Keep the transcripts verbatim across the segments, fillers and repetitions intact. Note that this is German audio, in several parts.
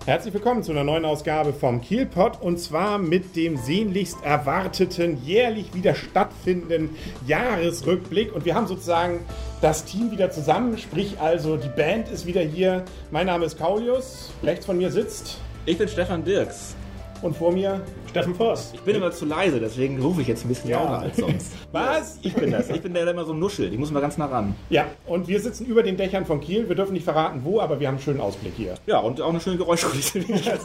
Herzlich willkommen zu einer neuen Ausgabe vom Kielpot und zwar mit dem sehnlichst erwarteten, jährlich wieder stattfindenden Jahresrückblick. Und wir haben sozusagen das Team wieder zusammen, sprich also die Band ist wieder hier. Mein Name ist Kaulius, rechts von mir sitzt... Ich bin Stefan Dirks. Und vor mir Steffen Voss. Ich bin immer zu leise, deswegen rufe ich jetzt ein bisschen Ja. lauter als sonst. Was? Ich bin das. Ich bin der, der immer so nuschelt. Ich muss mal ganz nah ran. Ja, und wir sitzen über den Dächern von Kiel. Wir dürfen nicht verraten, wo, aber wir haben einen schönen Ausblick hier. Ja, und auch eine schöne Geräuschkulisse.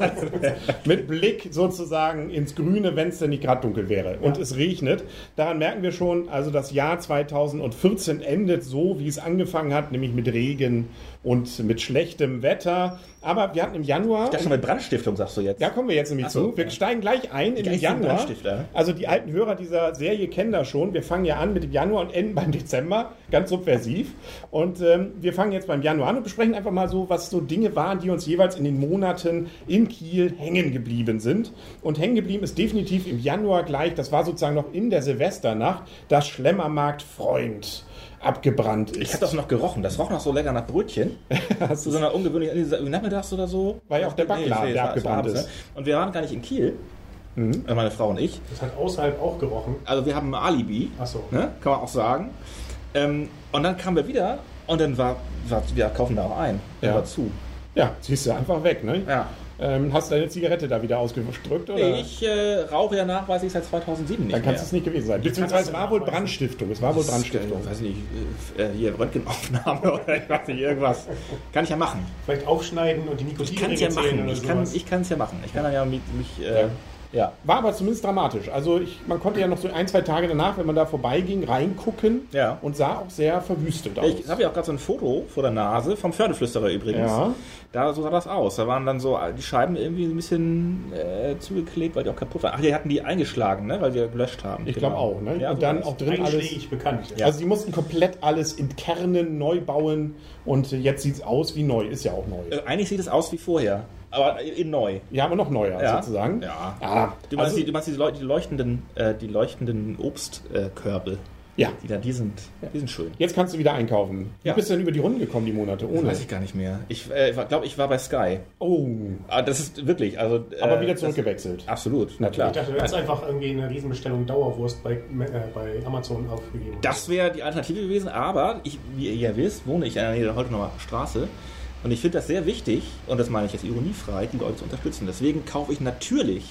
Mit Blick sozusagen ins Grüne, wenn es denn nicht gerade dunkel wäre. Und es regnet. Daran merken wir schon, also das Jahr zweitausendvierzehn endet so, wie es angefangen hat, nämlich mit Regen und mit schlechtem Wetter. Aber wir hatten im Januar... Das schon mit Brandstiftung, sagst du jetzt? Da kommen wir jetzt nämlich Ach so, zu. Wir ja. steigen gleich ein in den Gleich zum Januar. Brandstifter. Also die alten Hörer dieser Serie kennen das schon. Wir fangen ja an mit dem Januar und enden beim Dezember. Ganz subversiv. Und ähm, wir fangen jetzt beim Januar an und besprechen einfach mal so, was so Dinge waren, die uns jeweils in den Monaten in Kiel hängen geblieben sind. Und hängen geblieben ist definitiv im Januar gleich, das war sozusagen noch in der Silvesternacht, das Schlemmermarkt Freund abgebrannt ist. Ich habe das noch gerochen. Das roch noch so lecker nach Brötchen. Zu so einer ungewöhnlichen, nachmittags oder so. War ja auch der Backladen, nee, der war- abgebrannt war abends, ist. ne? Und wir waren gar nicht in Kiel, Mhm. äh, meine Frau und ich. Das hat außerhalb auch gerochen. Also wir haben ein Alibi, Achso. ne? Kann man auch sagen. Ähm, und dann kamen wir wieder und dann war, war wir kaufen da auch ein. Dann Ja. war zu. Ja, ziehst du einfach weg, ne? Ja. Ähm, hast du deine Zigarette da wieder ausgedrückt, oder? Nee, ich äh, rauche ja nachweislich seit zweitausendsieben nicht Dann kann es mehr. es nicht gewesen sein. Wie Beziehungsweise kann es das war wohl denn nachweisen? Brandstiftung. Es war wohl Brandstiftung. Ich weiß nicht, äh, hier Röntgenaufnahme oder ich weiß nicht, irgendwas. Kann ich ja machen. Vielleicht aufschneiden und die Ich Nikotinringe kann es ja zählen machen. oder Ich kann sowas. ich kann es ja machen. Ich kann dann ja mich, mich äh, ja. War aber zumindest dramatisch. Also ich, man konnte ja noch so ein, zwei Tage danach, wenn man da vorbeiging, reingucken Ja. und sah auch sehr verwüstet aus. Ich habe ja auch gerade so ein Foto vor der Nase vom Pferdeflüsterer übrigens. Ja. Da so sah das aus. Da waren dann so die Scheiben irgendwie ein bisschen äh, zugeklebt, weil die auch kaputt waren. Ach, die hatten die eingeschlagen, ne? Weil wir gelöscht haben. Ich Genau. glaube auch. Ne? Ja, und so dann war auch das. drin alles. Einschlägig bekannt. Ja. Also die mussten komplett alles entkernen, neu bauen und jetzt sieht es aus wie neu. Ist ja auch neu. Äh, eigentlich sieht es aus wie vorher, aber in neu. Ja, aber noch neuer Ja. sozusagen. Ja. Ah, Du meinst, also, die, du meinst die, Leu- die leuchtenden, äh, die leuchtenden Obstkörbe. ja. Die da, die sind, die sind schön. Jetzt kannst du wieder einkaufen. Ja. Wie bist du denn über die Runden gekommen, die Monate? Ohne. Weiß ich gar nicht mehr. Ich äh, glaube, ich war bei Sky. Oh, Ah, das ist wirklich, also... Äh, aber wieder das- zurückgewechselt. Absolut, na klar. Ich dachte, du hättest einfach irgendwie eine Riesenbestellung Dauerwurst bei, äh, bei Amazon aufgegeben. Das wäre die Alternative gewesen, aber ich, wie ihr ja wisst, wohne ich in der Nähe der Holtenauer Straße und ich finde das sehr wichtig, und das meine ich jetzt ironiefrei, die Leute zu unterstützen. Deswegen kaufe ich natürlich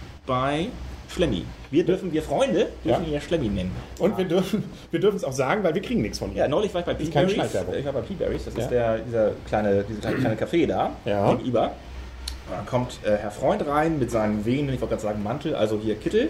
bei Schlemmi. Wir dürfen, wir Freunde, dürfen Ja. ihn ja Schlemmi nennen. Und wir dürfen wir dürfen es auch sagen, weil wir kriegen nichts von ihm. Ja, neulich war ich bei ist keine Peaberries. Schleichwerbung. Ich war bei Peaberries, das Ja. ist der, dieser kleine, diese kleine, kleine Café da, Ja. gegenüber. Und dann kommt äh, Herr Freund rein mit seinen wehenden, ich wollte gerade sagen Mantel, also hier Kittel.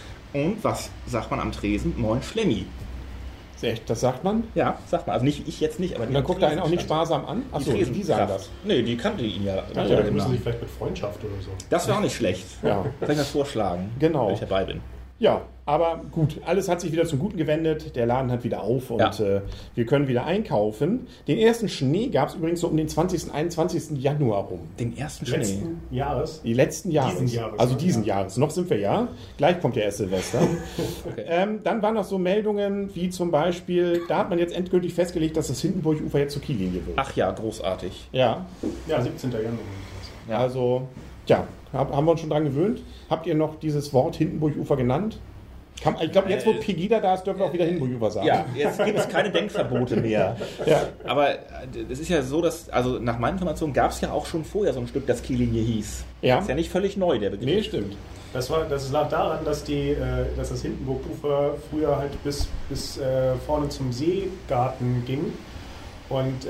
Und was sagt man am Tresen? Moin Schlemmi. Ist echt, das sagt man? Ja, sagt man. Also nicht ich jetzt nicht, aber Und dann guckt er einen auch nicht Spaß. sparsam an? Achso, die, Tresenkraft. sagen das. Nee, die kannte ihn ja. ja, Ja, ja, die genau. müssen sich vielleicht mit Freundschaft oder so. Das wäre auch nicht schlecht. Ja. Soll ich das vorschlagen? Genau. Wenn ich dabei bin. Ja, aber gut, alles hat sich wieder zum Guten gewendet. Der Laden hat wieder auf und Ja. äh, wir können wieder einkaufen. Den ersten Schnee gab es übrigens so um den zwanzigsten, einundzwanzigsten Januar rum. Den ersten Schnee. Letzten Jahres. Die letzten Jahres. Diesen Jahres, also ne? diesen Ja. Jahres. Noch sind wir ja. Gleich kommt ja erst Silvester. Okay. ähm, dann waren noch so Meldungen wie zum Beispiel, da hat man jetzt endgültig festgelegt, dass das Hindenburg-Ufer jetzt zur Kiellinie wird. Ach ja, großartig. Ja, Ja, siebzehnten Januar. Ja. also, ja, hab, haben wir uns schon dran gewöhnt. Habt ihr noch dieses Wort Hindenburg-Ufer genannt? Kann, ich glaube, jetzt wo Pegida da ist, dürfen wir auch wieder Hindenburg-Ufer sagen. Ja, jetzt gibt es keine Denkverbote mehr. Ja. Aber äh, es ist ja so, dass, also nach meinen Informationen gab es ja auch schon vorher so ein Stück, das Kiellinie hieß. Ja. Ist ja nicht völlig neu, der Begriff. Nee, stimmt. Das, war, das lag daran, dass, die, äh, dass das Hindenburg-Ufer früher halt bis, bis äh, vorne zum Seegarten ging. Und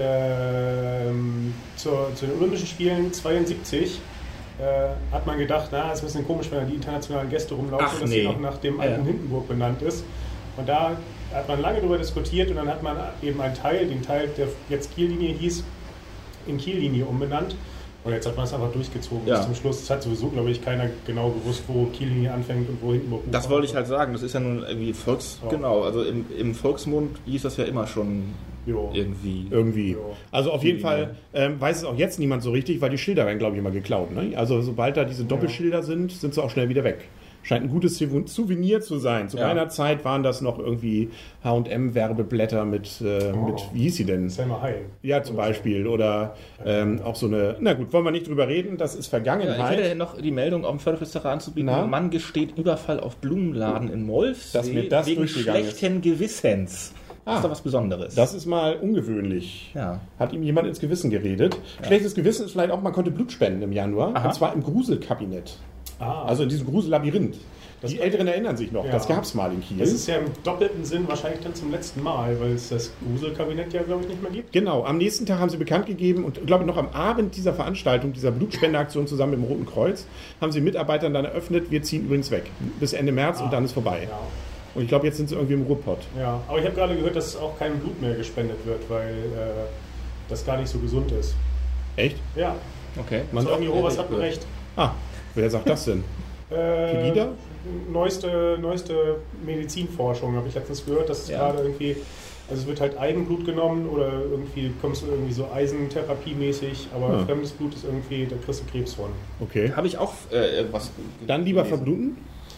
ähm, zur, zu den Olympischen Spielen zweiundsiebzig äh, hat man gedacht, na, es ist ein bisschen komisch, wenn da die internationalen Gäste rumlaufen, Ach, dass nee. sie auch nach dem Ja, alten ja. Hindenburg benannt ist. Und da hat man lange darüber diskutiert und dann hat man eben einen Teil, den Teil, der jetzt Kiellinie hieß, in Kiellinie umbenannt. Und jetzt hat man es einfach durchgezogen Ja. bis zum Schluss. Es hat sowieso, glaube ich, keiner genau gewusst, wo Kiellinie anfängt und wo Hindenburg. Das wollte ich halt sagen, das ist ja nun irgendwie Volks... Ja. Genau, also im, im Volksmund hieß das ja immer schon Jo. irgendwie... Irgendwie. Ja. Also auf jeden Ja. Fall ähm, weiß es auch jetzt niemand so richtig, weil die Schilder werden, glaube ich, immer geklaut. Ne? Also sobald da diese Doppelschilder sind, sind sie auch schnell wieder weg. Scheint ein gutes Souvenir zu sein. Zu Ja. meiner Zeit waren das noch irgendwie H und M-Werbeblätter mit, äh, Oh. mit, wie hieß sie denn? Selma Hayek. Ja, zum Beispiel. Oder ähm, auch so eine, na gut, wollen wir nicht drüber reden, das ist Ja, ich Vergangenheit. hätte noch die Meldung auf dem Förderflüsterer anzubieten. Na? Mann gesteht Überfall auf Blumenladen in Molfsee Dass mir das wegen durchgegangen ist. schlechten Gewissens. Das Ah. ist doch was Besonderes. Das ist mal ungewöhnlich. Ja. Hat ihm jemand ins Gewissen geredet. Schlechtes Gewissen ist vielleicht auch, man konnte Blut spenden im Januar. Aha. Und zwar im Gruselkabinett. Ah, Also in diesem Grusellabyrinth. Das- Die Älteren erinnern sich noch, Ja. das gab es mal in Kiel. das ist ja im doppelten Sinn wahrscheinlich dann zum letzten Mal, weil es das Gruselkabinett ja, glaube ich, nicht mehr gibt. Genau, am nächsten Tag haben sie bekannt gegeben und ich glaube noch am Abend dieser Veranstaltung, dieser Blutspendeaktion zusammen mit dem Roten Kreuz, haben sie Mitarbeitern dann eröffnet, wir ziehen übrigens weg. Bis Ende März Ah. und dann ist vorbei. Ja. Und ich glaube, jetzt sind sie irgendwie im Ruhrpott. Ja, aber ich habe gerade gehört, dass auch kein Blut mehr gespendet wird, weil äh, das gar nicht so gesund ist. Echt? Ja, Okay. Man Zeugen sagt, Jehovas hatten recht. ah, wer sagt das denn? Äh, Pegida? neueste, neueste Medizinforschung habe ich letztens gehört, dass es Ja. gerade irgendwie, also es wird halt Eigenblut genommen oder irgendwie kommst du irgendwie so Eisentherapie-mäßig, aber Ah. fremdes Blut ist irgendwie, da kriegst du Krebs von. Okay. Habe ich auch äh, irgendwas. Dann lieber gelesen. verbluten?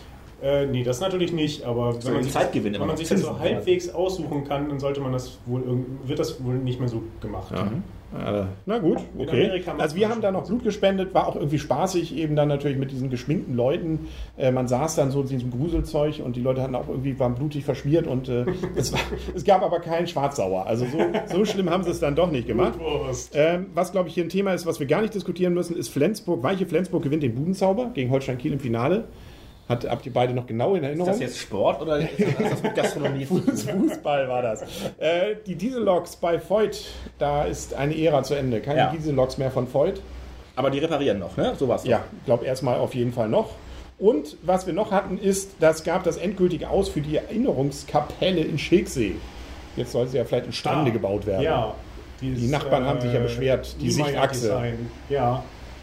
Äh, nee, das natürlich nicht, aber So wenn man ein sich, Zeitgewinn wenn immer. man sich das so Zinsen. halbwegs aussuchen kann, dann sollte man das wohl irgend- wird das wohl nicht mehr so gemacht. Ja. Äh, na gut, In okay. Amerika macht's Also wir man haben da noch Blut gespendet, war auch irgendwie spaßig, eben dann natürlich mit diesen geschminkten Leuten. Äh, man saß dann so in diesem Gruselzeug und die Leute hatten auch irgendwie, waren blutig verschmiert und äh, es, war, es gab aber keinen Schwarzsauer. Also so, so schlimm haben sie es dann doch nicht gemacht. Blutwurst. Ähm, was, glaube ich, hier ein Thema ist, was wir gar nicht diskutieren müssen, ist Flensburg. Weiche Flensburg gewinnt den Budenzauber gegen Holstein Kiel im Finale. Hat, habt ihr beide noch genau in Ist Erinnerung? das jetzt Sport oder ist das, ist das mit Gastronomie? Fußball war das. Äh, die Dieselloks bei Voigt, da ist eine Ära zu Ende. Keine Ja. Dieselloks mehr von Voigt. Aber die reparieren noch, ne? So war's. Ja, ich glaube erstmal auf jeden Fall noch. Und was wir noch hatten, ist, das gab das endgültige Aus für die Erinnerungskapelle in Schilksee. Jetzt soll sie ja vielleicht in Strande Ah, gebaut werden. Ja. Dieses, Die Nachbarn haben sich ja beschwert, die Niemeyer Sichtachse. Design. Ja.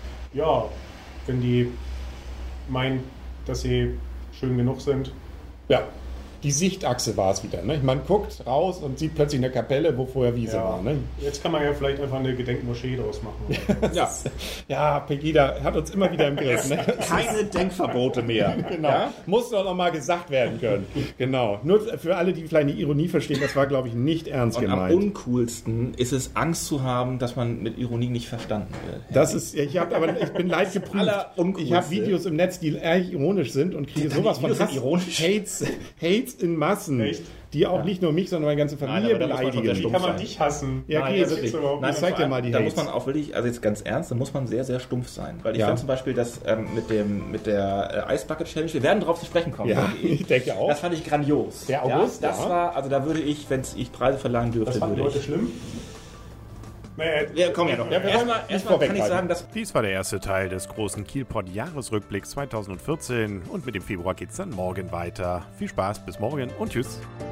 Ja, wenn die meinen, dass sie schön genug sind. Ja, die Sichtachse war es wieder. Ne? Man guckt raus und sieht plötzlich eine Kapelle, wo vorher Wiese Ja. war. Ne? Jetzt kann man ja vielleicht einfach eine Gedenkmoschee draus machen. Ja. Ja, Pegida hat uns immer wieder im Griff. Ne? Keine Denkverbote mehr. Genau. Ja? Muss doch noch mal gesagt werden können. Genau. Nur für alle, die vielleicht eine Ironie verstehen, das war, glaube ich, nicht ernst Und am gemeint. uncoolsten ist es, Angst zu haben, dass man mit Ironie nicht verstanden wird. Das ist, ich habe aber, ich bin leid geprüft. Alleruncoolste. Ich habe Videos im Netz, die ehrlich ironisch sind und kriege Deine sowas von Videos sind Hass, ironisch? Hates, Hates in Massen, Echt? die auch nicht nur mich, sondern meine ganze Familie Nein, aber da muss man schon sehr Wie beleidigen. stumpf kann man sein. dich hassen? Ja, Nein, okay, das wirklich. gibt's überhaupt Nein, nicht. zeig dir mal die Da Hates. muss man auch wirklich, also jetzt ganz ernst, da muss man sehr, sehr stumpf sein. Weil ich Ja. finde zum Beispiel das ähm, mit, dem, mit der äh, Ice Bucket Challenge, wir werden darauf zu sprechen kommen. Ja, denke ich. ich denke auch. Das fand ich grandios. Der August, ja, das ja. war, also da würde ich, wenn ich Preise verlangen dürfte, Das fanden die würde Leute ich. schlimm? Naja, Wir kommen ja noch. Ja, wir wollen erstmal nicht erstmal kann ich vorweggreifen. sagen, dass Dies war der erste Teil des großen Kielpot-Jahresrückblicks zweitausendvierzehn und mit dem Februar geht's dann morgen weiter. Viel Spaß, bis morgen und tschüss.